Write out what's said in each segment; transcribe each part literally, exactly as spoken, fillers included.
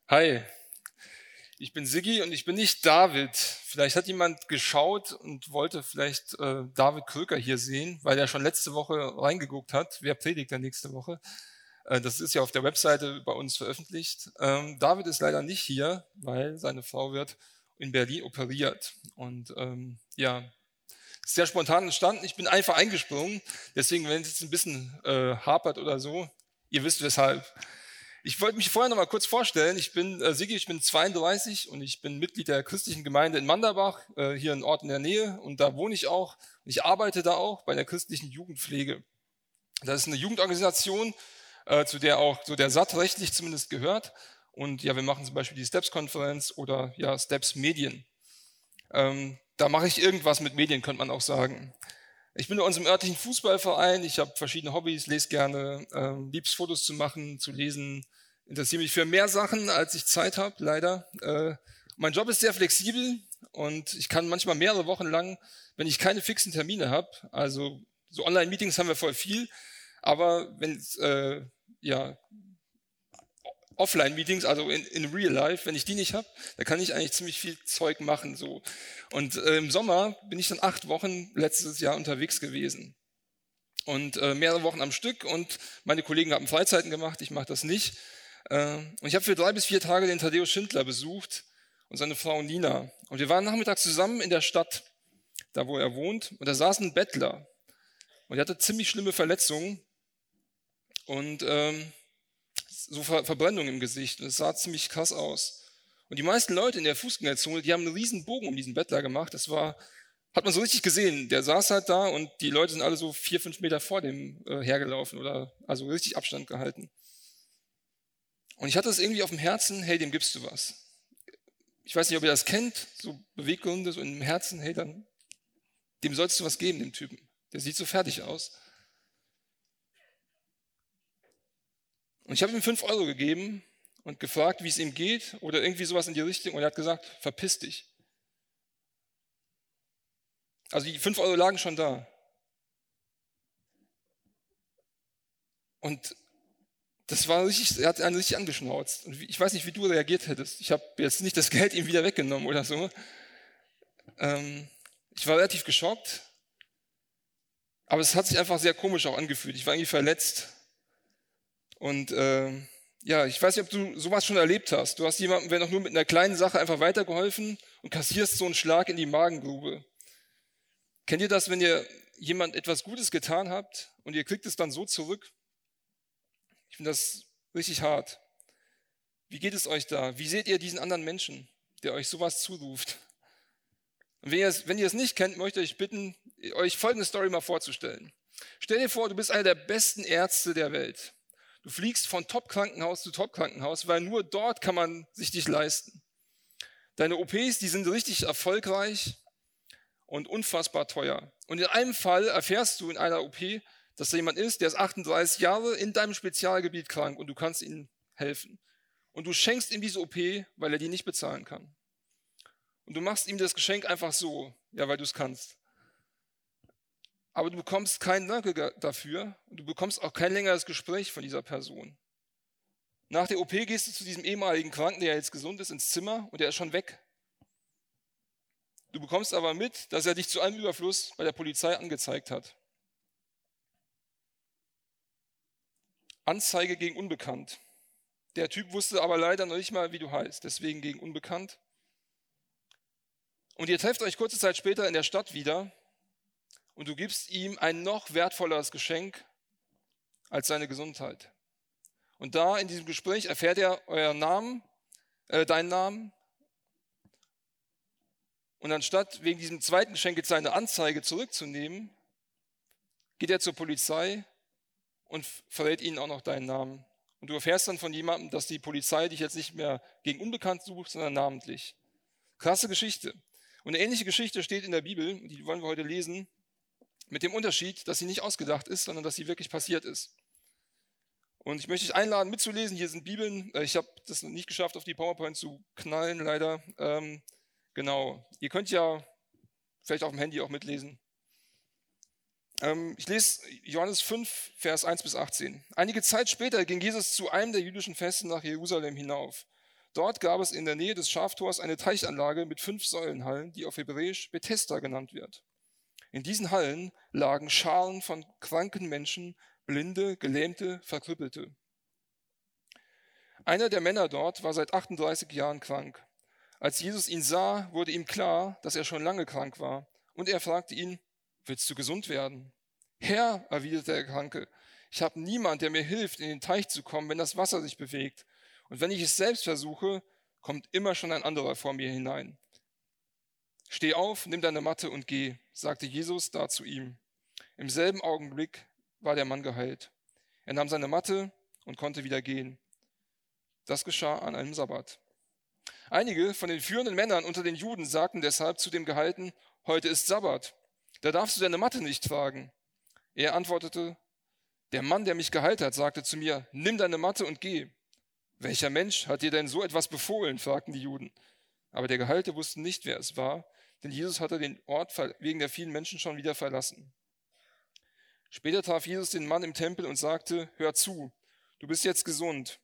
Hi, ich bin Siggi und ich bin nicht David. Vielleicht hat jemand geschaut und wollte vielleicht äh, David Kröker hier sehen, weil er schon letzte Woche reingeguckt hat. Wer predigt denn nächste Woche? Äh, das ist ja auf der Webseite bei uns veröffentlicht. Ähm, David ist leider nicht hier, weil seine Frau wird in Berlin operiert. Und ähm, ja, ist sehr spontan entstanden. Ich bin einfach eingesprungen. Deswegen, wenn es jetzt ein bisschen äh, hapert oder so, ihr wisst weshalb. Ich wollte mich vorher noch mal kurz vorstellen. Ich bin äh, Sigi, ich bin zweiunddreißig und ich bin Mitglied der christlichen Gemeinde in Manderbach, äh, hier ein Ort in der Nähe. Und da wohne ich auch. Und ich arbeite da auch bei der christlichen Jugendpflege. Das ist eine Jugendorganisation, äh, zu der auch so der S A T rechtlich zumindest gehört. Und ja, wir machen zum Beispiel die Steps-Konferenz oder ja, Steps Medien. Ähm, da mache ich irgendwas mit Medien, könnte man auch sagen. Ich bin bei uns im örtlichen Fußballverein, ich habe verschiedene Hobbys, lese gerne, ähm, lieb's Fotos zu machen, zu lesen, interessiere mich für mehr Sachen, als ich Zeit habe, leider. Äh, mein Job ist sehr flexibel und ich kann manchmal mehrere Wochen lang, wenn ich keine fixen Termine habe, also so Online-Meetings haben wir voll viel, aber wenn es äh, ja Offline-Meetings, also in, in Real Life, wenn ich die nicht habe, da kann ich eigentlich ziemlich viel Zeug machen. So. Und äh, im Sommer bin ich dann acht Wochen letztes Jahr unterwegs gewesen. Und äh, mehrere Wochen am Stück und meine Kollegen haben Freizeiten gemacht, ich mache das nicht. Äh, und ich habe für drei bis vier Tage den Thaddäus Schindler besucht und seine Frau Nina. Und wir waren nachmittags zusammen in der Stadt, da wo er wohnt. Und da saß ein Bettler. Und er hatte ziemlich schlimme Verletzungen. Und ähm, so Ver Verbrennungen im Gesicht. Und es sah ziemlich krass aus. Und die meisten Leute in der Fußgängerzone, die haben einen riesen Bogen um diesen Bettler gemacht. Das war, hat man so richtig gesehen. Der saß halt da und die Leute sind alle so vier, fünf Meter vor dem äh, hergelaufen oder also richtig Abstand gehalten. Und ich hatte es irgendwie auf dem Herzen, hey, dem gibst du was. Ich weiß nicht, ob ihr das kennt, so Beweggründe, so im Herzen, hey, dann, dem sollst du was geben, dem Typen. Der sieht so fertig aus. Und ich habe ihm fünf Euro gegeben und gefragt, wie es ihm geht oder irgendwie sowas in die Richtung. Und er hat gesagt, verpiss dich. Also die fünf Euro lagen schon da. Und das war richtig, er hat einen richtig angeschnauzt. Und ich weiß nicht, wie du reagiert hättest. Ich habe jetzt nicht das Geld ihm wieder weggenommen oder so. Ähm, ich war relativ geschockt. Aber es hat sich einfach sehr komisch auch angefühlt. Ich war irgendwie verletzt. Und äh, ja, ich weiß nicht, ob du sowas schon erlebt hast. Du hast jemandem, wenn auch nur mit einer kleinen Sache, einfach weitergeholfen und kassierst so einen Schlag in die Magengrube. Kennt ihr das, wenn ihr jemand etwas Gutes getan habt und ihr kriegt es dann so zurück? Ich finde das richtig hart. Wie geht es euch da? Wie seht ihr diesen anderen Menschen, der euch sowas zuruft? Und wenn ihr es, wenn ihr es nicht kennt, möchte ich bitten, euch folgende Story mal vorzustellen. Stell dir vor, du bist einer der besten Ärzte der Welt. Du fliegst von Top-Krankenhaus zu Top-Krankenhaus, weil nur dort kann man sich dich leisten. Deine O Ps, die sind richtig erfolgreich und unfassbar teuer. Und in einem Fall erfährst du in einer O P, dass da jemand ist, der ist achtunddreißig Jahre in deinem Spezialgebiet krank und du kannst ihm helfen. Und du schenkst ihm diese O P, weil er die nicht bezahlen kann. Und du machst ihm das Geschenk einfach so, ja, weil du es kannst. Aber du bekommst keinen Danke dafür und du bekommst auch kein längeres Gespräch von dieser Person. Nach der O P gehst du zu diesem ehemaligen Kranken, der jetzt gesund ist, ins Zimmer und der ist schon weg. Du bekommst aber mit, dass er dich zu allem Überfluss bei der Polizei angezeigt hat. Anzeige gegen Unbekannt. Der Typ wusste aber leider noch nicht mal, wie du heißt, deswegen gegen Unbekannt. Und ihr trefft euch kurze Zeit später in der Stadt wieder und du gibst ihm ein noch wertvolleres Geschenk als seine Gesundheit. Und da in diesem Gespräch erfährt er euren Namen, äh, deinen Namen. Und anstatt wegen diesem zweiten Geschenk jetzt seine Anzeige zurückzunehmen, geht er zur Polizei und verrät ihnen auch noch deinen Namen. Und du erfährst dann von jemandem, dass die Polizei dich jetzt nicht mehr gegen Unbekannt sucht, sondern namentlich. Krasse Geschichte. Und eine ähnliche Geschichte steht in der Bibel, die wollen wir heute lesen, mit dem Unterschied, dass sie nicht ausgedacht ist, sondern dass sie wirklich passiert ist. Und ich möchte dich einladen, mitzulesen. Hier sind Bibeln. Ich habe das noch nicht geschafft, auf die PowerPoint zu knallen, leider. Ähm, genau. Ihr könnt ja vielleicht auf dem Handy auch mitlesen. Ähm, ich lese Johannes fünf, Vers eins bis achtzehn. Einige Zeit später ging Jesus zu einem der jüdischen Feste nach Jerusalem hinauf. Dort gab es in der Nähe des Schaftors eine Teichanlage mit fünf Säulenhallen, die auf Hebräisch Bethesda genannt wird. In diesen Hallen lagen Scharen von kranken Menschen, Blinde, Gelähmte, Verkrüppelte. Einer der Männer dort war seit achtunddreißig Jahren krank. Als Jesus ihn sah, wurde ihm klar, dass er schon lange krank war. Und er fragte ihn, willst du gesund werden? Herr, erwiderte der Kranke, ich habe niemand, der mir hilft, in den Teich zu kommen, wenn das Wasser sich bewegt. Und wenn ich es selbst versuche, kommt immer schon ein anderer vor mir hinein. Steh auf, nimm deine Matte und geh, sagte Jesus da zu ihm. Im selben Augenblick war der Mann geheilt. Er nahm seine Matte und konnte wieder gehen. Das geschah an einem Sabbat. Einige von den führenden Männern unter den Juden sagten deshalb zu dem Geheilten, heute ist Sabbat, da darfst du deine Matte nicht tragen. Er antwortete, der Mann, der mich geheilt hat, sagte zu mir, nimm deine Matte und geh. Welcher Mensch hat dir denn so etwas befohlen, fragten die Juden. Aber der Geheilte wusste nicht, wer es war, denn Jesus hatte den Ort wegen der vielen Menschen schon wieder verlassen. Später traf Jesus den Mann im Tempel und sagte, hör zu, du bist jetzt gesund.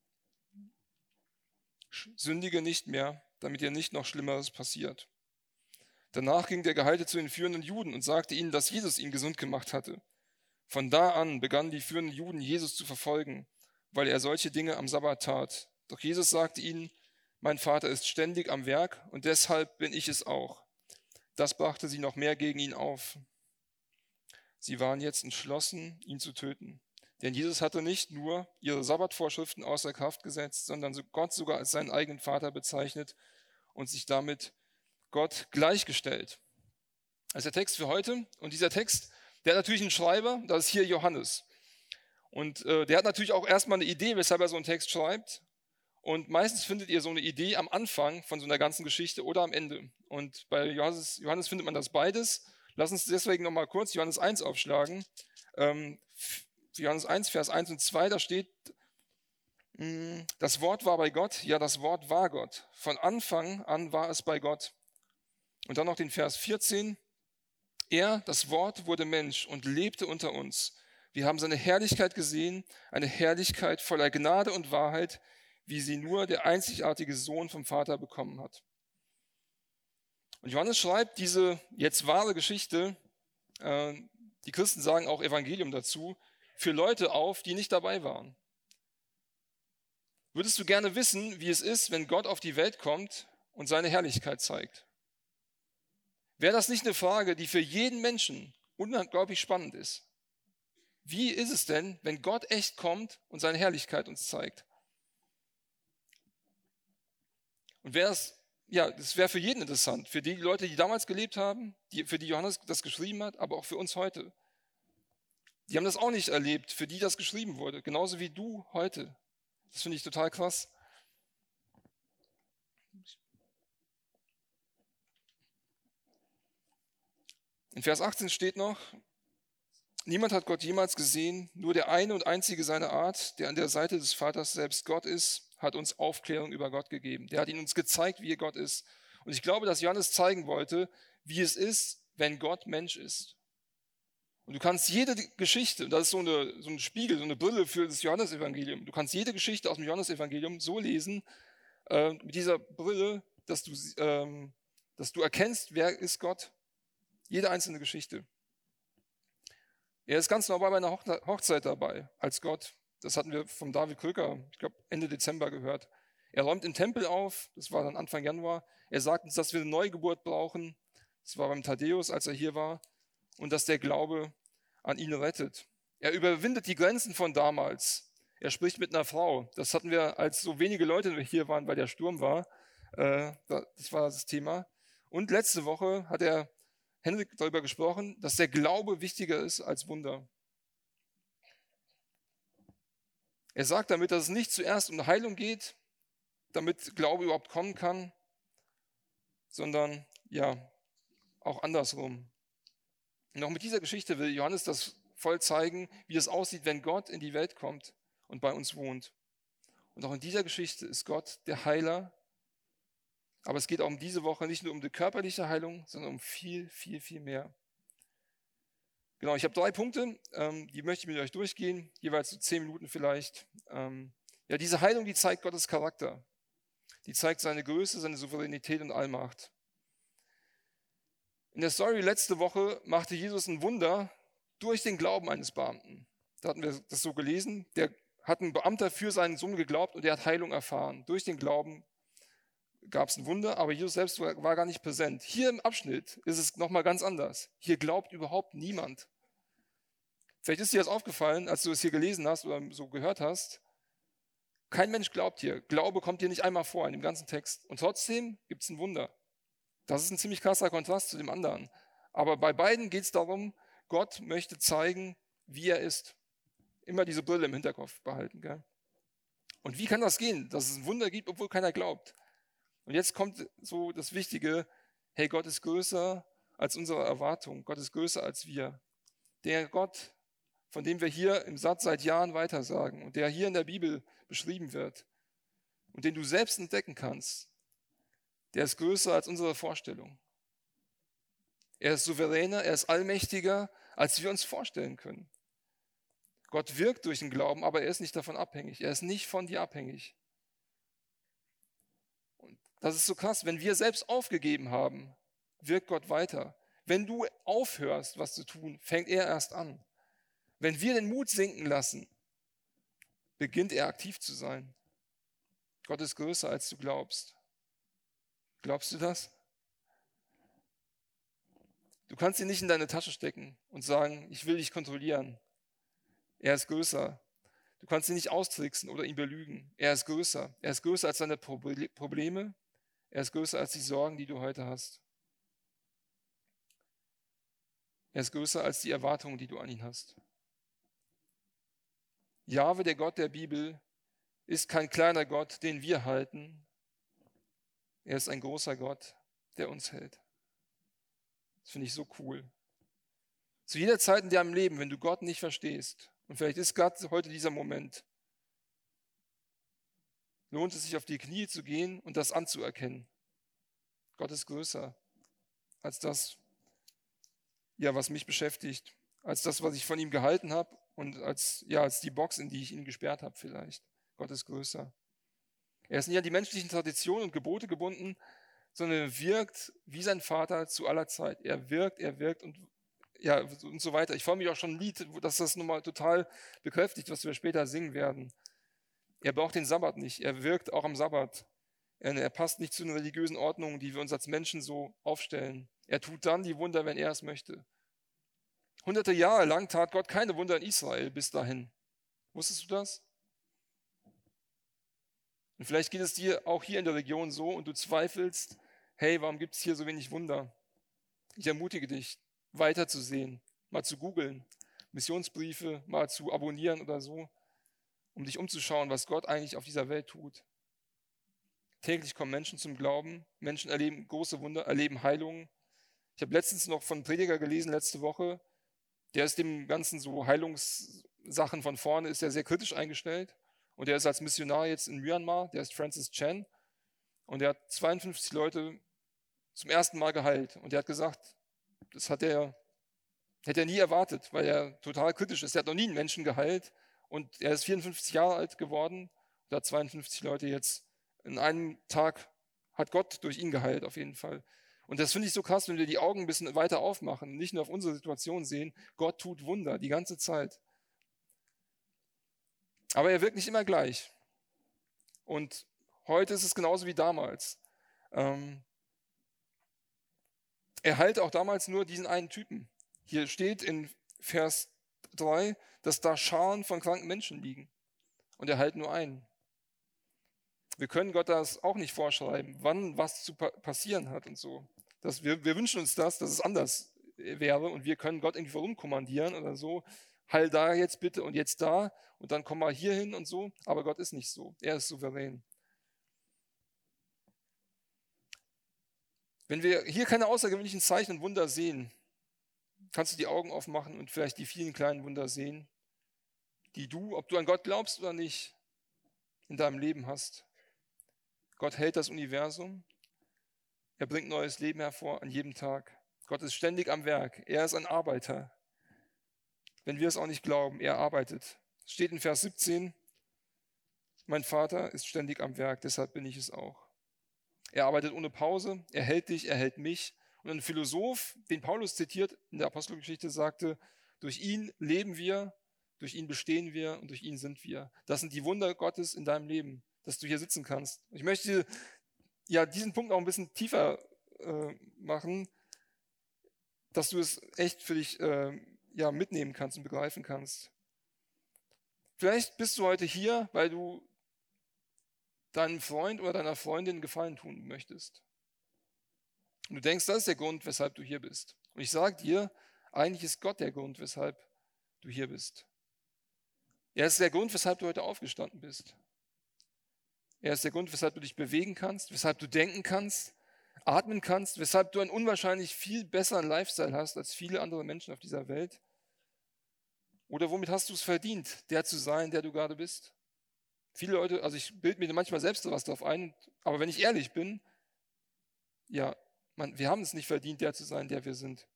Sündige nicht mehr, damit dir nicht noch Schlimmeres passiert. Danach ging der Geheilte zu den führenden Juden und sagte ihnen, dass Jesus ihn gesund gemacht hatte. Von da an begannen die führenden Juden, Jesus zu verfolgen, weil er solche Dinge am Sabbat tat. Doch Jesus sagte ihnen, mein Vater ist ständig am Werk und deshalb bin ich es auch. Das brachte sie noch mehr gegen ihn auf. Sie waren jetzt entschlossen, ihn zu töten. Denn Jesus hatte nicht nur ihre Sabbatvorschriften außer Kraft gesetzt, sondern Gott sogar als seinen eigenen Vater bezeichnet und sich damit Gott gleichgestellt. Das ist der Text für heute. Und dieser Text, der hat natürlich einen Schreiber, das ist hier Johannes. Und äh, der hat natürlich auch erstmal eine Idee, weshalb er so einen Text schreibt. Und meistens findet ihr so eine Idee am Anfang von so einer ganzen Geschichte oder am Ende. Und bei Johannes, Johannes findet man das beides. Lass uns deswegen nochmal kurz Johannes eins aufschlagen. Ähm, Johannes eins, Vers eins und zwei, da steht, das Wort war bei Gott, ja, das Wort war Gott. Von Anfang an war es bei Gott. Und dann noch den Vers vierzehn. Er, das Wort, wurde Mensch und lebte unter uns. Wir haben seine Herrlichkeit gesehen, eine Herrlichkeit voller Gnade und Wahrheit, wie sie nur der einzigartige Sohn vom Vater bekommen hat. Und Johannes schreibt diese jetzt wahre Geschichte, äh, die Christen sagen auch Evangelium dazu, für Leute auf, die nicht dabei waren. Würdest du gerne wissen, wie es ist, wenn Gott auf die Welt kommt und seine Herrlichkeit zeigt? Wäre das nicht eine Frage, die für jeden Menschen unglaublich spannend ist? Wie ist es denn, wenn Gott echt kommt und seine Herrlichkeit uns zeigt? Und wäre es, ja, das wäre für jeden interessant, für die Leute, die damals gelebt haben, die, für die Johannes das geschrieben hat, aber auch für uns heute. Die haben das auch nicht erlebt, für die das geschrieben wurde, genauso wie du heute. Das finde ich total krass. In Vers achtzehn steht noch, niemand hat Gott jemals gesehen, nur der eine und einzige seiner Art, der an der Seite des Vaters selbst Gott ist, hat uns Aufklärung über Gott gegeben. Der hat ihn uns gezeigt, wie Gott ist. Und ich glaube, dass Johannes zeigen wollte, wie es ist, wenn Gott Mensch ist. Und du kannst jede Geschichte, und das ist so, eine, so ein Spiegel, so eine Brille für das Johannesevangelium, du kannst jede Geschichte aus dem Johannesevangelium so lesen, äh, mit dieser Brille, dass du, ähm, dass du erkennst, wer ist Gott. Jede einzelne Geschichte. Er ist ganz normal bei einer Hochzeit dabei, als Gott. Das hatten wir vom David Krücker, ich glaube Ende Dezember gehört. Er räumt den Tempel auf, das war dann Anfang Januar. Er sagt uns, dass wir eine Neugeburt brauchen. Das war beim Thaddäus, als er hier war. Und dass der Glaube an ihn rettet. Er überwindet die Grenzen von damals. Er spricht mit einer Frau. Das hatten wir, als so wenige Leute hier waren, weil der Sturm war. Das war das Thema. Und letzte Woche hat er Henrik darüber gesprochen, dass der Glaube wichtiger ist als Wunder. Er sagt damit, dass es nicht zuerst um Heilung geht, damit Glaube überhaupt kommen kann, sondern ja, auch andersrum. Und auch mit dieser Geschichte will Johannes das voll zeigen, wie es aussieht, wenn Gott in die Welt kommt und bei uns wohnt. Und auch in dieser Geschichte ist Gott der Heiler. Aber es geht auch um diese Woche nicht nur um die körperliche Heilung, sondern um viel, viel, viel mehr. Genau, ich habe drei Punkte, ähm, die möchte ich mit euch durchgehen, jeweils so zehn Minuten vielleicht. Ähm, ja, diese Heilung, die zeigt Gottes Charakter. Die zeigt seine Größe, seine Souveränität und Allmacht. In der Story letzte Woche machte Jesus ein Wunder durch den Glauben eines Beamten. Da hatten wir das so gelesen. Der hat ein Beamter für seinen Sohn geglaubt und er hat Heilung erfahren. Durch den Glauben gab es ein Wunder, aber Jesus selbst war, war gar nicht präsent. Hier im Abschnitt ist es nochmal ganz anders. Hier glaubt überhaupt niemand. Vielleicht ist dir das aufgefallen, als du es hier gelesen hast oder so gehört hast. Kein Mensch glaubt hier. Glaube kommt hier nicht einmal vor in dem ganzen Text. Und trotzdem gibt es ein Wunder. Das ist ein ziemlich krasser Kontrast zu dem anderen. Aber bei beiden geht es darum, Gott möchte zeigen, wie er ist. Immer diese Brille im Hinterkopf behalten. Gell? Und wie kann das gehen, dass es ein Wunder gibt, obwohl keiner glaubt? Und jetzt kommt so das Wichtige, hey, Gott ist größer als unsere Erwartung. Gott ist größer als wir. Der Gott, von dem wir hier im Satz seit Jahren weitersagen und der hier in der Bibel beschrieben wird und den du selbst entdecken kannst, der ist größer als unsere Vorstellung. Er ist souveräner, er ist allmächtiger, als wir uns vorstellen können. Gott wirkt durch den Glauben, aber er ist nicht davon abhängig. Er ist nicht von dir abhängig. Und das ist so krass, wenn wir selbst aufgegeben haben, wirkt Gott weiter. Wenn du aufhörst, was zu tun, fängt er erst an. Wenn wir den Mut sinken lassen, beginnt er aktiv zu sein. Gott ist größer, als du glaubst. Glaubst du das? Du kannst ihn nicht in deine Tasche stecken und sagen, ich will dich kontrollieren. Er ist größer. Du kannst ihn nicht austricksen oder ihn belügen. Er ist größer. Er ist größer als deine Probleme. Er ist größer als die Sorgen, die du heute hast. Er ist größer als die Erwartungen, die du an ihn hast. Jahwe, der Gott der Bibel, ist kein kleiner Gott, den wir halten. Er ist ein großer Gott, der uns hält. Das finde ich so cool. Zu jeder Zeit in deinem Leben, wenn du Gott nicht verstehst, und vielleicht ist gerade heute dieser Moment, lohnt es sich, auf die Knie zu gehen und das anzuerkennen. Gott ist größer als das, ja, was mich beschäftigt, als das, was ich von ihm gehalten habe und als, ja, als die Box, in die ich ihn gesperrt habe vielleicht. Gott ist größer. Er ist nicht an die menschlichen Traditionen und Gebote gebunden, sondern er wirkt wie sein Vater zu aller Zeit. Er wirkt, er wirkt und ja und so weiter. Ich freue mich auch schon ein Lied, das das nochmal total bekräftigt, was wir später singen werden. Er braucht den Sabbat nicht. Er wirkt auch am Sabbat. Er, er passt nicht zu den religiösen Ordnungen, die wir uns als Menschen so aufstellen. Er tut dann die Wunder, wenn er es möchte. Hunderte Jahre lang tat Gott keine Wunder in Israel bis dahin. Wusstest du das? Und vielleicht geht es dir auch hier in der Region so und du zweifelst, hey, warum gibt es hier so wenig Wunder? Ich ermutige dich, weiterzusehen, mal zu googeln, Missionsbriefe mal zu abonnieren oder so, um dich umzuschauen, was Gott eigentlich auf dieser Welt tut. Täglich kommen Menschen zum Glauben, Menschen erleben große Wunder, erleben Heilungen. Ich habe letztens noch von einem Prediger gelesen, letzte Woche, der ist dem ganzen so Heilungssachen von vorne, ist ja sehr kritisch eingestellt. Und der ist als Missionar jetzt in Myanmar, der ist Francis Chan. Und der hat zweiundfünfzig Leute zum ersten Mal geheilt. Und der hat gesagt, das hat er, hätte er nie erwartet, weil er total kritisch ist. Er hat noch nie einen Menschen geheilt. Und er ist vierundfünfzig Jahre alt geworden und hat zweiundfünfzig Leute jetzt in einem Tag, hat Gott durch ihn geheilt auf jeden Fall. Und das finde ich so krass, wenn wir die Augen ein bisschen weiter aufmachen, nicht nur auf unsere Situation sehen. Gott tut Wunder die ganze Zeit. Aber er wirkt nicht immer gleich. Und heute ist es genauso wie damals. Ähm, er heilt auch damals nur diesen einen Typen. Hier steht in Vers drei, dass da Scharen von kranken Menschen liegen. Und er heilt nur einen. Wir können Gott das auch nicht vorschreiben, wann was zu pa- passieren hat und so. Das, wir, wir wünschen uns das, dass es anders wäre und wir können Gott irgendwie rumkommandieren oder so. Heil da jetzt bitte und jetzt da und dann komm mal hier hin und so. Aber Gott ist nicht so. Er ist souverän. Wenn wir hier keine außergewöhnlichen Zeichen und Wunder sehen, kannst du die Augen aufmachen und vielleicht die vielen kleinen Wunder sehen, die du, ob du an Gott glaubst oder nicht, in deinem Leben hast. Gott hält das Universum. Er bringt neues Leben hervor an jedem Tag. Gott ist ständig am Werk. Er ist ein Arbeiter. Wenn wir es auch nicht glauben, er arbeitet. Es steht in Vers siebzehn, Mein Vater ist ständig am Werk, deshalb bin ich es auch. Er arbeitet ohne Pause, er hält dich, er hält mich. Und ein Philosoph, den Paulus zitiert in der Apostelgeschichte, sagte, durch ihn leben wir, durch ihn bestehen wir und durch ihn sind wir. Das sind die Wunder Gottes in deinem Leben, dass du hier sitzen kannst. Ich möchte ja diesen Punkt auch ein bisschen tiefer äh, machen, dass du es echt für dich äh, ja, mitnehmen kannst und begreifen kannst. Vielleicht bist du heute hier, weil du deinem Freund oder deiner Freundin einen Gefallen tun möchtest. Und du denkst, das ist der Grund, weshalb du hier bist. Und ich sage dir, eigentlich ist Gott der Grund, weshalb du hier bist. Er ist der Grund, weshalb du heute aufgestanden bist. Er ist der Grund, weshalb du dich bewegen kannst, weshalb du denken kannst, atmen kannst, weshalb du einen unwahrscheinlich viel besseren Lifestyle hast als viele andere Menschen auf dieser Welt. Oder womit hast du es verdient, der zu sein, der du gerade bist? Viele Leute, also ich bilde mir manchmal selbst sowas drauf ein, aber wenn ich ehrlich bin, ja, man, wir haben es nicht verdient, der zu sein, der wir sind.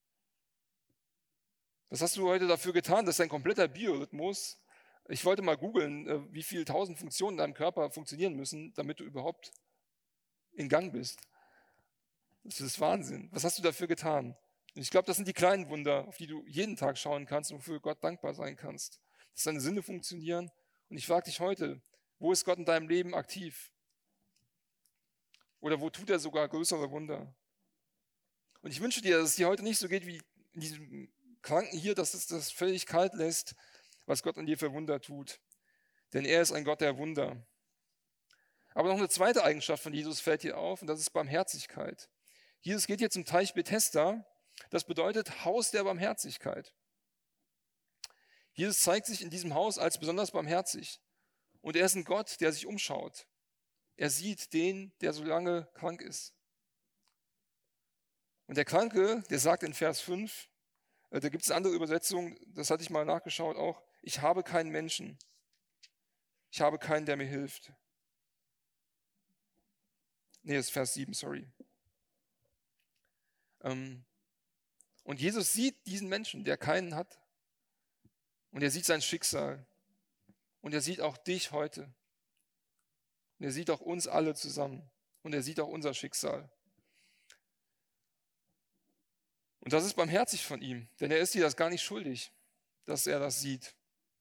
Was hast du heute dafür getan, dass dein kompletter Biorhythmus, ich wollte mal googeln, wie viele tausend Funktionen in deinem Körper funktionieren müssen, damit du überhaupt in Gang bist. Das ist Wahnsinn. Was hast du dafür getan? Und ich glaube, das sind die kleinen Wunder, auf die du jeden Tag schauen kannst und wofür Gott dankbar sein kannst. Dass deine Sinne funktionieren. Und ich frage dich heute, wo ist Gott in deinem Leben aktiv? Oder wo tut er sogar größere Wunder? Und ich wünsche dir, dass es dir heute nicht so geht wie in diesem Kranken hier, dass es das völlig kalt lässt, was Gott an dir für Wunder tut. Denn er ist ein Gott der Wunder. Aber noch eine zweite Eigenschaft von Jesus fällt hier auf, und das ist Barmherzigkeit. Jesus geht hier zum Teich Bethesda, das bedeutet Haus der Barmherzigkeit. Jesus zeigt sich in diesem Haus als besonders barmherzig. Und er ist ein Gott, der sich umschaut. Er sieht den, der so lange krank ist. Und der Kranke, der sagt in Vers fünf, äh, da gibt es eine andere Übersetzung, das hatte ich mal nachgeschaut auch, ich habe keinen Menschen. Ich habe keinen, der mir hilft. Nee, das ist Vers sieben, sorry. Ähm, und Jesus sieht diesen Menschen, der keinen hat. Und er sieht sein Schicksal. Und er sieht auch dich heute. Und er sieht auch uns alle zusammen. Und er sieht auch unser Schicksal. Und das ist barmherzig von ihm, denn er ist dir das gar nicht schuldig, dass er das sieht.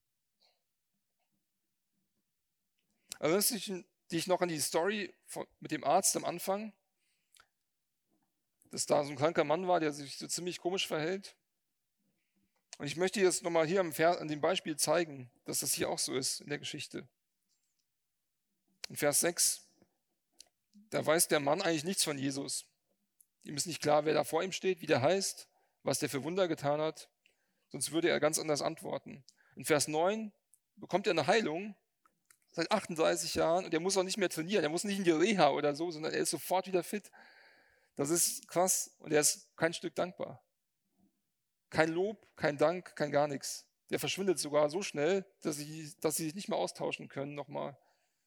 Erinnerst du dich noch an die Story von, mit dem Arzt am Anfang? Dass da so ein kranker Mann war, der sich so ziemlich komisch verhält? Und ich möchte dir das nochmal hier an dem Beispiel zeigen, dass das hier auch so ist in der Geschichte. In Vers sechs, da weiß der Mann eigentlich nichts von Jesus. Ihm ist nicht klar, wer da vor ihm steht, wie der heißt, was der für Wunder getan hat. Sonst würde er ganz anders antworten. In Vers neun bekommt er eine Heilung seit achtunddreißig Jahren und er muss auch nicht mehr trainieren. Er muss nicht in die Reha oder so, sondern er ist sofort wieder fit. Das ist krass und er ist kein Stück dankbar. Kein Lob, kein Dank, kein gar nichts. Der verschwindet sogar so schnell, dass sie, dass sie sich nicht mehr austauschen können nochmal.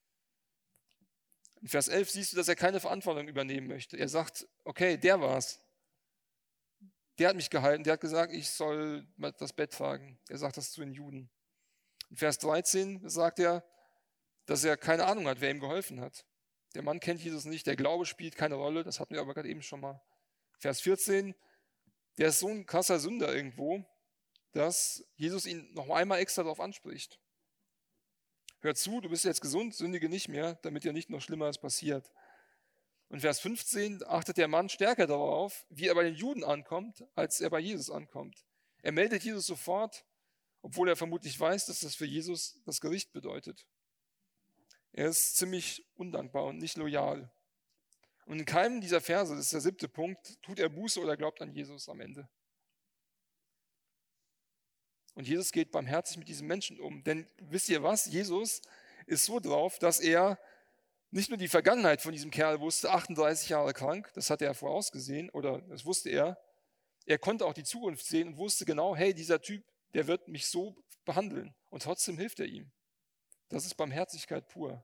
In Vers elf siehst du, dass er keine Verantwortung übernehmen möchte. Er sagt, okay, der war's. Der hat mich gehalten, der hat gesagt, ich soll das Bett tragen. Er sagt das zu den Juden. In Vers dreizehn sagt er, dass er keine Ahnung hat, wer ihm geholfen hat. Der Mann kennt Jesus nicht, der Glaube spielt keine Rolle, das hatten wir aber gerade eben schon mal. Vers vierzehn, der ist so ein krasser Sünder irgendwo, dass Jesus ihn noch einmal extra darauf anspricht. Hör zu, du bist jetzt gesund, sündige nicht mehr, damit dir nicht noch Schlimmeres passiert. Und Vers fünfzehn achtet der Mann stärker darauf, wie er bei den Juden ankommt, als er bei Jesus ankommt. Er meldet Jesus sofort, obwohl er vermutlich weiß, dass das für Jesus das Gericht bedeutet. Er ist ziemlich undankbar und nicht loyal. Und in keinem dieser Verse, das ist der siebte Punkt, tut er Buße oder glaubt an Jesus am Ende. Und Jesus geht barmherzig mit diesem Menschen um. Denn wisst ihr was? Jesus ist so drauf, dass er nicht nur die Vergangenheit von diesem Kerl wusste, achtunddreißig Jahre krank, das hat er vorausgesehen, oder das wusste er. Er konnte auch die Zukunft sehen und wusste genau, hey, dieser Typ, der wird mich so behandeln. Und trotzdem hilft er ihm. Das ist Barmherzigkeit pur.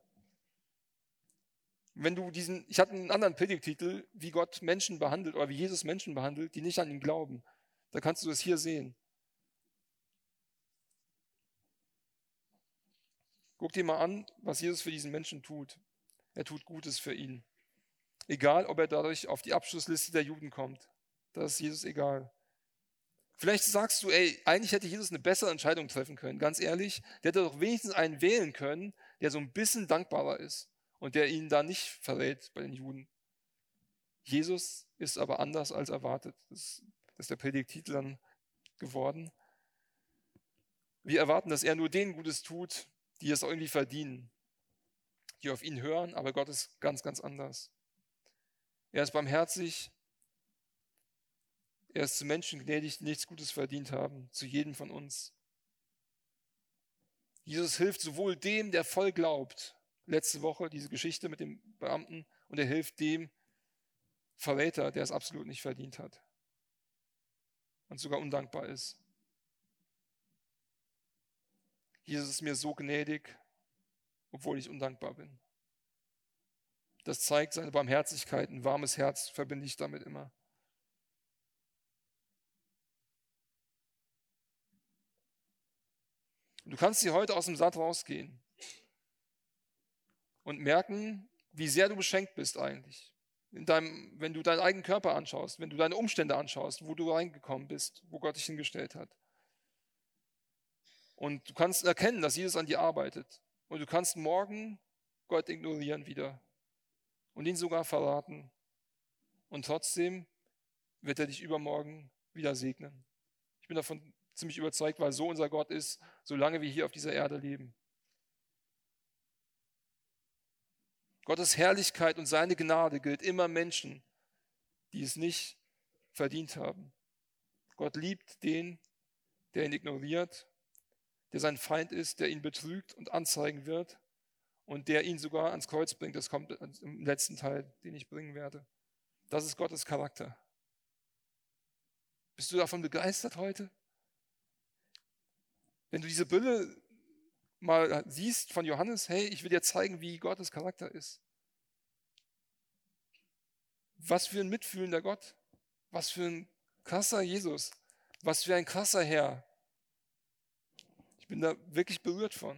Wenn du diesen, ich hatte einen anderen Predigttitel, wie Gott Menschen behandelt oder wie Jesus Menschen behandelt, die nicht an ihn glauben. Da kannst du das hier sehen. Guck dir mal an, was Jesus für diesen Menschen tut. Er tut Gutes für ihn. Egal, ob er dadurch auf die Abschlussliste der Juden kommt. Das ist Jesus egal. Vielleicht sagst du, ey, eigentlich hätte Jesus eine bessere Entscheidung treffen können. Ganz ehrlich, der hätte doch wenigstens einen wählen können, der so ein bisschen dankbarer ist und der ihn da nicht verrät bei den Juden. Jesus ist aber anders als erwartet. Das ist der Predigttitel dann geworden. Wir erwarten, dass er nur denen Gutes tut, die es auch irgendwie verdienen, die auf ihn hören, aber Gott ist ganz, ganz anders. Er ist barmherzig, er ist zu Menschen gnädig, die nichts Gutes verdient haben, zu jedem von uns. Jesus hilft sowohl dem, der voll glaubt, letzte Woche diese Geschichte mit dem Beamten, und er hilft dem Verräter, der es absolut nicht verdient hat und sogar undankbar ist. Jesus ist mir so gnädig, obwohl ich undankbar bin. Das zeigt seine Barmherzigkeit, ein warmes Herz verbinde ich damit immer. Du kannst hier heute aus dem Satt rausgehen und merken, wie sehr du beschenkt bist eigentlich. In deinem, wenn du deinen eigenen Körper anschaust, wenn du deine Umstände anschaust, wo du reingekommen bist, wo Gott dich hingestellt hat. Und du kannst erkennen, dass Jesus an dir arbeitet. Und du kannst morgen Gott ignorieren wieder und ihn sogar verraten. Und trotzdem wird er dich übermorgen wieder segnen. Ich bin davon ziemlich überzeugt, weil so unser Gott ist, solange wir hier auf dieser Erde leben. Gottes Herrlichkeit und seine Gnade gilt immer Menschen, die es nicht verdient haben. Gott liebt den, der ihn ignoriert, der sein Feind ist, der ihn betrügt und anzeigen wird und der ihn sogar ans Kreuz bringt. Das kommt im letzten Teil, den ich bringen werde. Das ist Gottes Charakter. Bist du davon begeistert heute? Wenn du diese Brille mal siehst von Johannes, hey, ich will dir zeigen, wie Gottes Charakter ist. Was für ein mitfühlender Gott. Was für ein krasser Jesus. Was für ein krasser Herr. Ich bin da wirklich berührt von.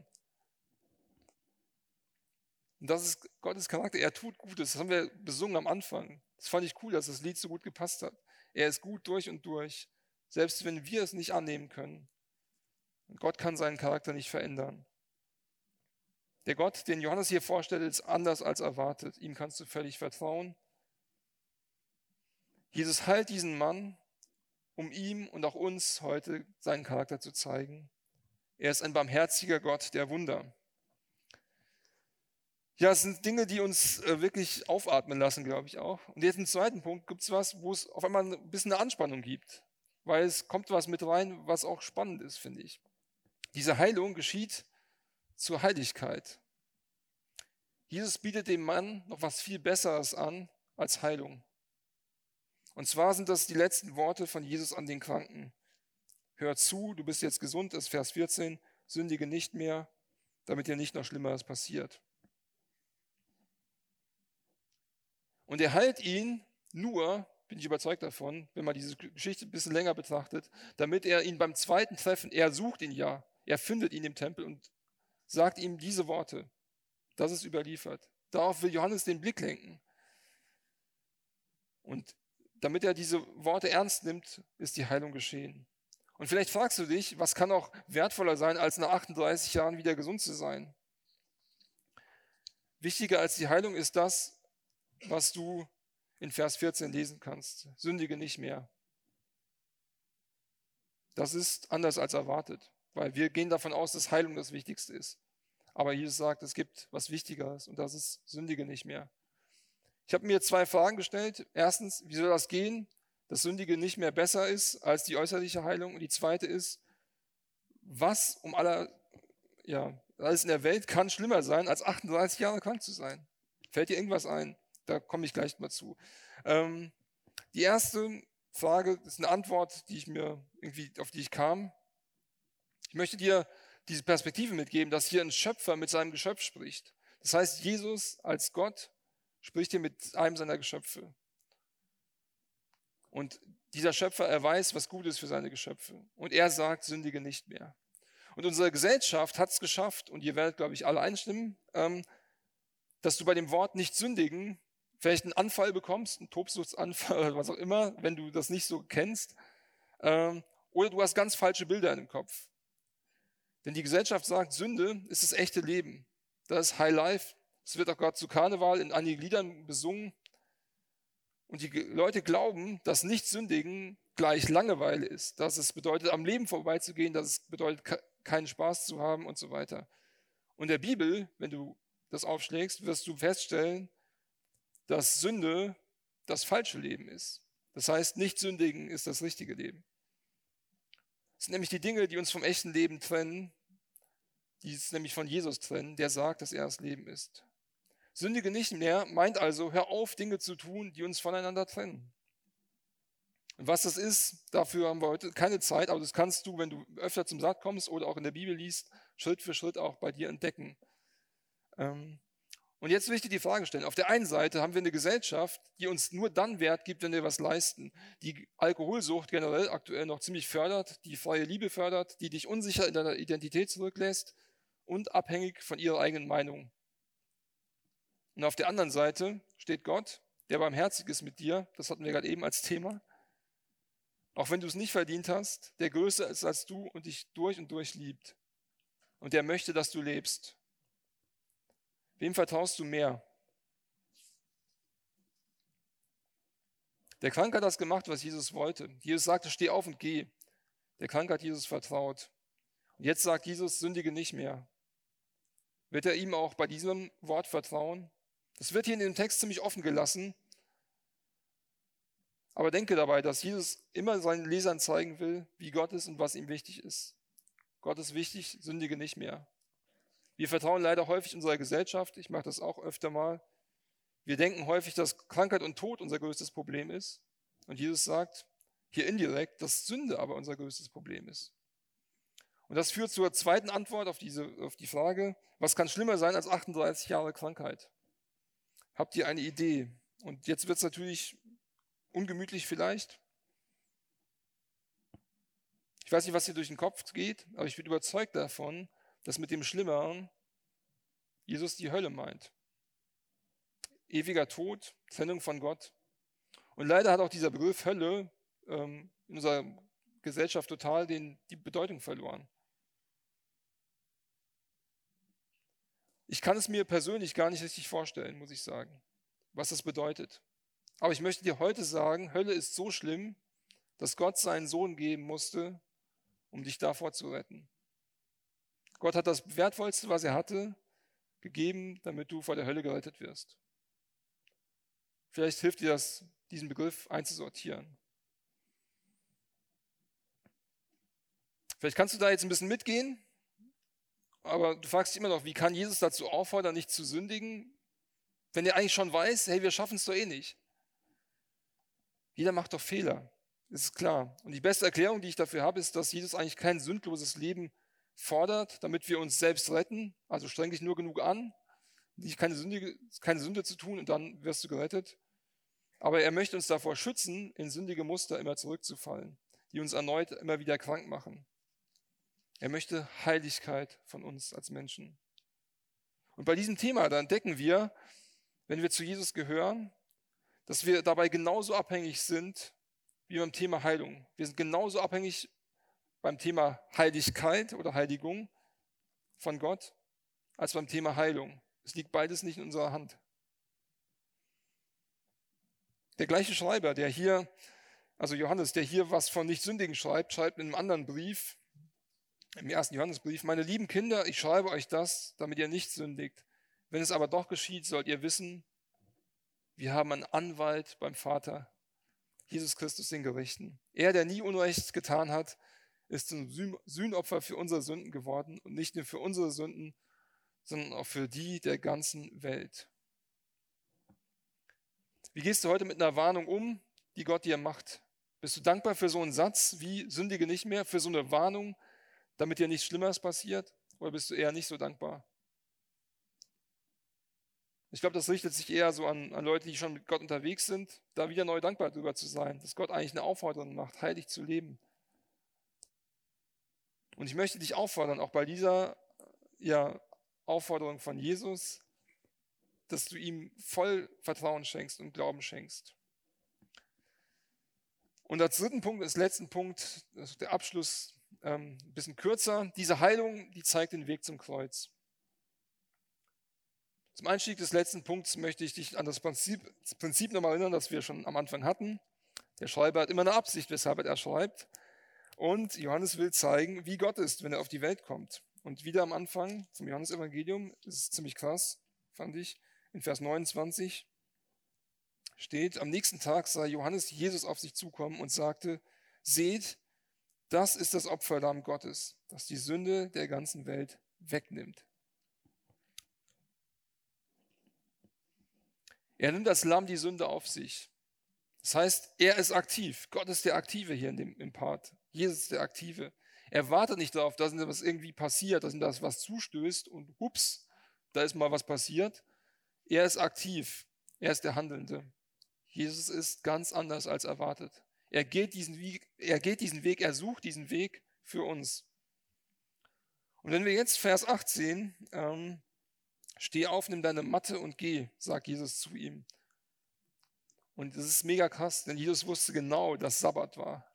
Und das ist Gottes Charakter. Er tut Gutes. Das haben wir besungen am Anfang. Das fand ich cool, dass das Lied so gut gepasst hat. Er ist gut durch und durch. Selbst wenn wir es nicht annehmen können. Und Gott kann seinen Charakter nicht verändern. Der Gott, den Johannes hier vorstellt, ist anders als erwartet. Ihm kannst du völlig vertrauen. Jesus heilt diesen Mann, um ihm und auch uns heute seinen Charakter zu zeigen. Er ist ein barmherziger Gott der Wunder. Ja, es sind Dinge, die uns wirklich aufatmen lassen, glaube ich auch. Und jetzt im zweiten Punkt gibt es was, wo es auf einmal ein bisschen eine Anspannung gibt. Weil es kommt was mit rein, was auch spannend ist, finde ich. Diese Heilung geschieht zur Heiligkeit. Jesus bietet dem Mann noch was viel Besseres an als Heilung. Und zwar sind das die letzten Worte von Jesus an den Kranken. Hör zu, du bist jetzt gesund, das ist Vers vierzehn, sündige nicht mehr, damit dir nicht noch Schlimmeres passiert. Und er heilt ihn nur, bin ich überzeugt davon, wenn man diese Geschichte ein bisschen länger betrachtet, damit er ihn beim zweiten Treffen, er sucht ihn ja, er findet ihn im Tempel und sagt ihm diese Worte. Das ist überliefert. Darauf will Johannes den Blick lenken. Und damit er diese Worte ernst nimmt, ist die Heilung geschehen. Und vielleicht fragst du dich, was kann auch wertvoller sein, als nach achtunddreißig Jahren wieder gesund zu sein? Wichtiger als die Heilung ist das, was du in Vers vierzehn lesen kannst. Sündige nicht mehr. Das ist anders als erwartet, weil wir gehen davon aus, dass Heilung das Wichtigste ist. Aber Jesus sagt, es gibt was Wichtigeres und das ist sündige nicht mehr. Ich habe mir zwei Fragen gestellt. Erstens, wie soll das gehen, dass Sündige nicht mehr besser ist als die äußerliche Heilung? Und die zweite ist, was um aller, ja, alles in der Welt kann schlimmer sein, als achtunddreißig Jahre krank zu sein? Fällt dir irgendwas ein? Da komme ich gleich mal zu. Ähm, die erste Frage ist eine Antwort, die ich mir irgendwie, auf die ich kam. Ich möchte dir diese Perspektive mitgeben, dass hier ein Schöpfer mit seinem Geschöpf spricht. Das heißt, Jesus als Gott spricht hier mit einem seiner Geschöpfe. Und dieser Schöpfer, er weiß, was gut ist für seine Geschöpfe. Und er sagt, sündige nicht mehr. Und unsere Gesellschaft hat es geschafft, und ihr werdet, glaube ich, alle einstimmen, ähm, dass du bei dem Wort nicht sündigen vielleicht einen Anfall bekommst, einen Tobsuchtsanfall oder was auch immer, wenn du das nicht so kennst. Ähm, oder du hast ganz falsche Bilder in dem Kopf. Denn die Gesellschaft sagt, Sünde ist das echte Leben. Das ist High Life. Es wird auch gerade zu Karneval in einigen Liedern besungen. Und die Leute glauben, dass Nicht-Sündigen gleich Langeweile ist. Dass es bedeutet, am Leben vorbeizugehen, dass es bedeutet, keinen Spaß zu haben und so weiter. Und in der Bibel, wenn du das aufschlägst, wirst du feststellen, dass Sünde das falsche Leben ist. Das heißt, Nicht-Sündigen ist das richtige Leben. Das sind nämlich die Dinge, die uns vom echten Leben trennen, die es nämlich von Jesus trennen, der sagt, dass er das Leben ist. Sündige nicht mehr meint also, hör auf, Dinge zu tun, die uns voneinander trennen. Und was das ist, dafür haben wir heute keine Zeit, aber das kannst du, wenn du öfter zum Satt kommst oder auch in der Bibel liest, Schritt für Schritt auch bei dir entdecken. Und jetzt will ich dir die Frage stellen. Auf der einen Seite haben wir eine Gesellschaft, die uns nur dann Wert gibt, wenn wir was leisten, die Alkoholsucht generell aktuell noch ziemlich fördert, die freie Liebe fördert, die dich unsicher in deiner Identität zurücklässt und abhängig von ihrer eigenen Meinung. Und auf der anderen Seite steht Gott, der barmherzig ist mit dir, das hatten wir gerade eben als Thema, auch wenn du es nicht verdient hast, der größer ist als du und dich durch und durch liebt. Und der möchte, dass du lebst. Wem vertraust du mehr? Der Kranke hat das gemacht, was Jesus wollte. Jesus sagte, steh auf und geh. Der Kranke hat Jesus vertraut. Und jetzt sagt Jesus, sündige nicht mehr. Wird er ihm auch bei diesem Wort vertrauen? Das wird hier in dem Text ziemlich offen gelassen. Aber denke dabei, dass Jesus immer seinen Lesern zeigen will, wie Gott ist und was ihm wichtig ist. Gott ist wichtig, sündige nicht mehr. Wir vertrauen leider häufig unserer Gesellschaft, ich mache das auch öfter mal. Wir denken häufig, dass Krankheit und Tod unser größtes Problem ist. Und Jesus sagt hier indirekt, dass Sünde aber unser größtes Problem ist. Und das führt zur zweiten Antwort auf, diese, auf die Frage, was kann schlimmer sein als achtunddreißig Jahre Krankheit? Habt ihr eine Idee? Und jetzt wird es natürlich ungemütlich vielleicht. Ich weiß nicht, was hier durch den Kopf geht, aber ich bin überzeugt davon, dass mit dem Schlimmeren Jesus die Hölle meint. Ewiger Tod, Trennung von Gott. Und leider hat auch dieser Begriff Hölle ähm, in unserer Gesellschaft total den, die Bedeutung verloren. Ich kann es mir persönlich gar nicht richtig vorstellen, muss ich sagen, was das bedeutet. Aber ich möchte dir heute sagen, Hölle ist so schlimm, dass Gott seinen Sohn geben musste, um dich davor zu retten. Gott hat das Wertvollste, was er hatte, gegeben, damit du vor der Hölle gerettet wirst. Vielleicht hilft dir das, diesen Begriff einzusortieren. Vielleicht kannst du da jetzt ein bisschen mitgehen, aber du fragst dich immer noch, wie kann Jesus dazu auffordern, nicht zu sündigen, wenn er eigentlich schon weiß, hey, wir schaffen es doch eh nicht. Jeder macht doch Fehler, das ist klar. Und die beste Erklärung, die ich dafür habe, ist, dass Jesus eigentlich kein sündloses Leben fordert, damit wir uns selbst retten. Also streng dich nur genug an, nicht keine Sünde, keine Sünde zu tun und dann wirst du gerettet. Aber er möchte uns davor schützen, in sündige Muster immer zurückzufallen, die uns erneut immer wieder krank machen. Er möchte Heiligkeit von uns als Menschen. Und bei diesem Thema, da entdecken wir, wenn wir zu Jesus gehören, dass wir dabei genauso abhängig sind wie beim Thema Heilung. Wir sind genauso abhängig beim Thema Heiligkeit oder Heiligung von Gott als beim Thema Heilung. Es liegt beides nicht in unserer Hand. Der gleiche Schreiber, der hier, also Johannes, der hier was von Nicht-Sündigen schreibt, schreibt in einem anderen Brief, im ersten Johannesbrief, meine lieben Kinder, ich schreibe euch das, damit ihr nicht sündigt. Wenn es aber doch geschieht, sollt ihr wissen, wir haben einen Anwalt beim Vater, Jesus Christus den Gerichten. Er, der nie Unrecht getan hat, ist zum Sühnopfer für unsere Sünden geworden und nicht nur für unsere Sünden, sondern auch für die der ganzen Welt. Wie gehst du heute mit einer Warnung um, die Gott dir macht? Bist du dankbar für so einen Satz wie sündige nicht mehr, für so eine Warnung, damit dir nichts Schlimmeres passiert? Oder bist du eher nicht so dankbar? Ich glaube, das richtet sich eher so an, an Leute, die schon mit Gott unterwegs sind, da wieder neu dankbar darüber zu sein, dass Gott eigentlich eine Aufforderung macht, heilig zu leben. Und ich möchte dich auffordern, auch bei dieser ja, Aufforderung von Jesus, dass du ihm voll Vertrauen schenkst und Glauben schenkst. Und als dritten Punkt, als letzten Punkt, das ist der Abschluss, ähm, ein bisschen kürzer, diese Heilung, die zeigt den Weg zum Kreuz. Zum Einstieg des letzten Punkts möchte ich dich an das Prinzip, das Prinzip nochmal erinnern, das wir schon am Anfang hatten. Der Schreiber hat immer eine Absicht, weshalb er schreibt. Und Johannes will zeigen, wie Gott ist, wenn er auf die Welt kommt. Und wieder am Anfang vom Johannesevangelium, das ist ziemlich krass, fand ich, in Vers neunundzwanzig steht, am nächsten Tag sah Johannes Jesus auf sich zukommen und sagte, seht, das ist das Opferlamm Gottes, das die Sünde der ganzen Welt wegnimmt. Er nimmt als Lamm die Sünde auf sich. Das heißt, er ist aktiv. Gott ist der Aktive hier in dem, im Part. Jesus ist der Aktive. Er wartet nicht darauf, dass ihm das irgendwie passiert, dass ihm das was zustößt und ups, da ist mal was passiert. Er ist aktiv. Er ist der Handelnde. Jesus ist ganz anders als erwartet. Er geht diesen Weg, er geht diesen Weg, er sucht diesen Weg für uns. Und wenn wir jetzt Vers acht sehen, ähm, steh auf, nimm deine Matte und geh, sagt Jesus zu ihm. Und das ist mega krass, denn Jesus wusste genau, dass Sabbat war.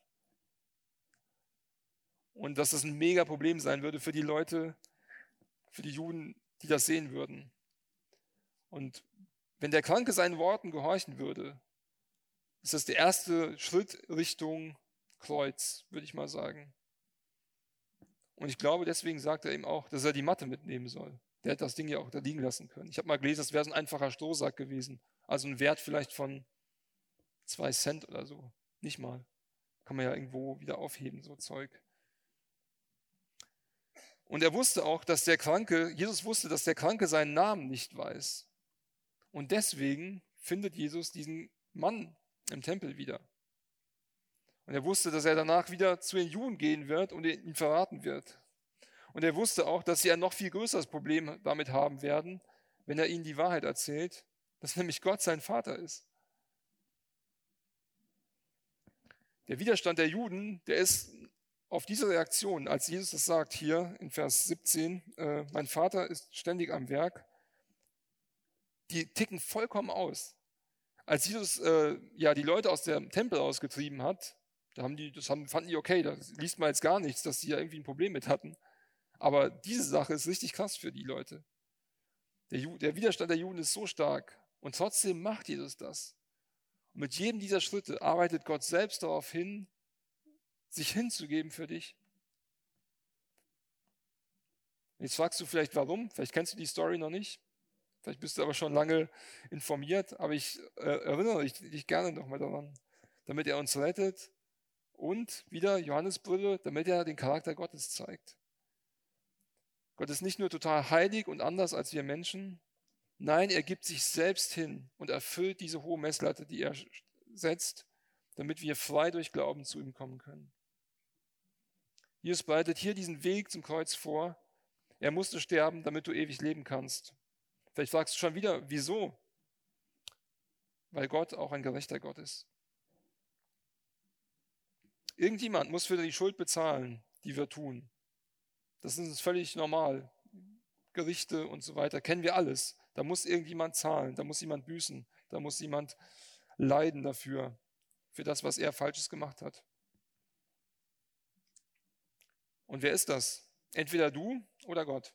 Und dass das ein mega Problem sein würde für die Leute, für die Juden, die das sehen würden. Und wenn der Kranke seinen Worten gehorchen würde, ist das der erste Schritt Richtung Kreuz, würde ich mal sagen. Und ich glaube, deswegen sagt er ihm auch, dass er die Matte mitnehmen soll. Der hätte das Ding ja auch da liegen lassen können. Ich habe mal gelesen, das wäre so ein einfacher Strohsack gewesen. Also ein Wert vielleicht von zwei Cent oder so. Nicht mal. Kann man ja irgendwo wieder aufheben, so Zeug. Und er wusste auch, dass der Kranke, Jesus wusste, dass der Kranke seinen Namen nicht weiß. Und deswegen findet Jesus diesen Mann im Tempel wieder. Und er wusste, dass er danach wieder zu den Juden gehen wird und ihn verraten wird. Und er wusste auch, dass sie ein noch viel größeres Problem damit haben werden, wenn er ihnen die Wahrheit erzählt, dass nämlich Gott sein Vater ist. Der Widerstand der Juden, der ist auf diese Reaktion, als Jesus das sagt hier in Vers siebzehn, äh, mein Vater ist ständig am Werk, die ticken vollkommen aus. Als Jesus äh, ja, die Leute aus dem Tempel ausgetrieben hat, da haben die, das haben, fanden die okay, da liest man jetzt gar nichts, dass die ja irgendwie ein Problem mit hatten. Aber diese Sache ist richtig krass für die Leute. Der, Ju, der Widerstand der Juden ist so stark und trotzdem macht Jesus das. Und mit jedem dieser Schritte arbeitet Gott selbst darauf hin, sich hinzugeben für dich. Jetzt fragst du vielleicht warum, vielleicht kennst du die Story noch nicht. Vielleicht bist du aber schon lange informiert, aber ich äh, erinnere dich, dich gerne nochmal daran, damit er uns rettet und wieder Johannesbrille, damit er den Charakter Gottes zeigt. Gott ist nicht nur total heilig und anders als wir Menschen, nein, er gibt sich selbst hin und erfüllt diese hohe Messlatte, die er setzt, damit wir frei durch Glauben zu ihm kommen können. Jesus bereitet hier diesen Weg zum Kreuz vor. Er musste sterben, damit du ewig leben kannst. Vielleicht fragst du schon wieder, wieso? Weil Gott auch ein gerechter Gott ist. Irgendjemand muss für die Schuld bezahlen, die wir tun. Das ist uns völlig normal. Gerichte und so weiter, kennen wir alles. Da muss irgendjemand zahlen, da muss jemand büßen, da muss jemand leiden dafür, für das, was er Falsches gemacht hat. Und wer ist das? Entweder du oder Gott.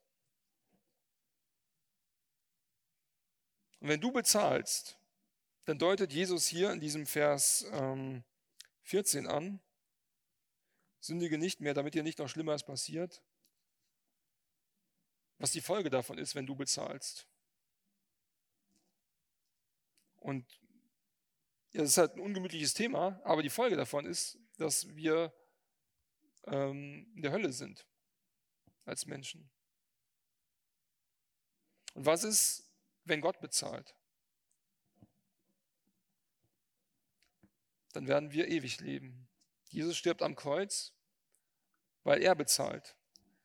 Und wenn du bezahlst, dann deutet Jesus hier in diesem Vers ähm, vierzehn an, sündige nicht mehr, damit dir nicht noch Schlimmeres passiert, was die Folge davon ist, wenn du bezahlst. Und ja, das ist halt ein ungemütliches Thema, aber die Folge davon ist, dass wir ähm, in der Hölle sind als Menschen. Und was ist, wenn Gott bezahlt? Dann werden wir ewig leben. Jesus stirbt am Kreuz, weil er bezahlt.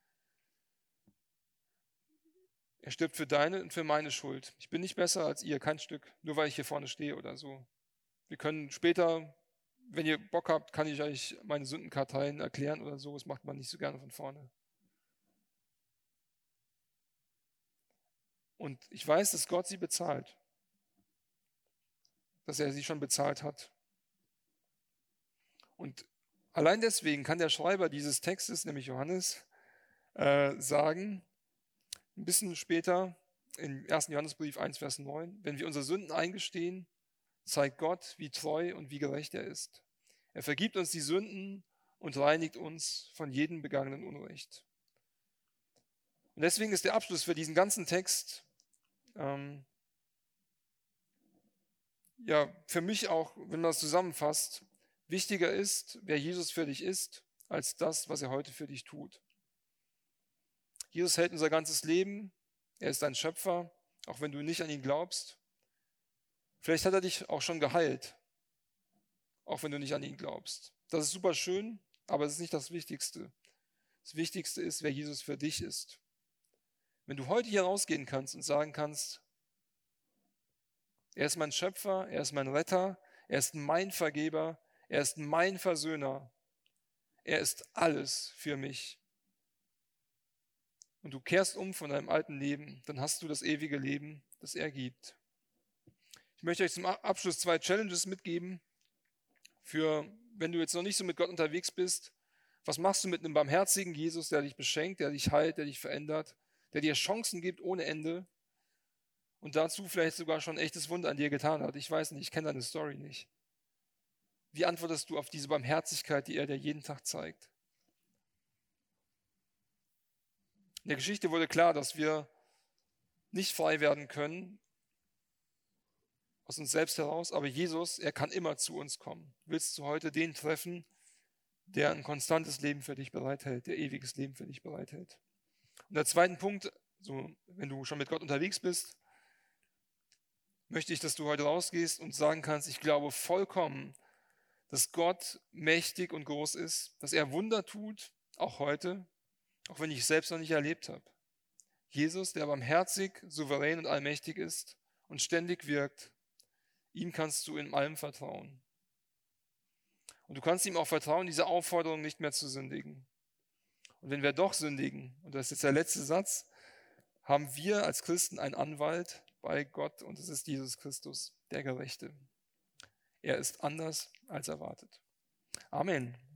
Er stirbt für deine und für meine Schuld. Ich bin nicht besser als ihr, kein Stück, nur weil ich hier vorne stehe oder so. Wir können später wenn ihr Bock habt, kann ich euch meine Sündenkarteien erklären oder so. Das macht man nicht so gerne von vorne. Und ich weiß, dass Gott sie bezahlt. Dass er sie schon bezahlt hat. Und allein deswegen kann der Schreiber dieses Textes, nämlich Johannes, äh, sagen, ein bisschen später, im ersten Johannesbrief eins, Vers neun, wenn wir unsere Sünden eingestehen, zeigt Gott, wie treu und wie gerecht er ist. Er vergibt uns die Sünden und reinigt uns von jedem begangenen Unrecht. Und deswegen ist der Abschluss für diesen ganzen Text ähm, ja für mich auch, wenn man es zusammenfasst, wichtiger ist, wer Jesus für dich ist, als das, was er heute für dich tut. Jesus hält unser ganzes Leben. Er ist dein Schöpfer, auch wenn du nicht an ihn glaubst. Vielleicht hat er dich auch schon geheilt, auch wenn du nicht an ihn glaubst. Das ist super schön, aber es ist nicht das Wichtigste. Das Wichtigste ist, wer Jesus für dich ist. Wenn du heute hier rausgehen kannst und sagen kannst, er ist mein Schöpfer, er ist mein Retter, er ist mein Vergeber, er ist mein Versöhner, er ist alles für mich. Und du kehrst um von deinem alten Leben, dann hast du das ewige Leben, das er gibt. Ich möchte euch zum Abschluss zwei Challenges mitgeben, für wenn du jetzt noch nicht so mit Gott unterwegs bist. Was machst du mit einem barmherzigen Jesus, der dich beschenkt, der dich heilt, der dich verändert, der dir Chancen gibt ohne Ende und dazu vielleicht sogar schon ein echtes Wunder an dir getan hat? Ich weiß nicht, ich kenne deine Story nicht. Wie antwortest du auf diese Barmherzigkeit, die er dir jeden Tag zeigt? In der Geschichte wurde klar, dass wir nicht frei werden können aus uns selbst heraus, aber Jesus, er kann immer zu uns kommen. Willst du heute den treffen, der ein konstantes Leben für dich bereithält, der ewiges Leben für dich bereithält? Und der zweite Punkt, so, wenn du schon mit Gott unterwegs bist, möchte ich, dass du heute rausgehst und sagen kannst, ich glaube vollkommen, dass Gott mächtig und groß ist, dass er Wunder tut, auch heute, auch wenn ich es selbst noch nicht erlebt habe. Jesus, der barmherzig, souverän und allmächtig ist und ständig wirkt, ihm kannst du in allem vertrauen. Und du kannst ihm auch vertrauen, diese Aufforderung nicht mehr zu sündigen. Und wenn wir doch sündigen, und das ist jetzt der letzte Satz, haben wir als Christen einen Anwalt bei Gott und es ist Jesus Christus, der Gerechte. Er ist anders als erwartet. Amen.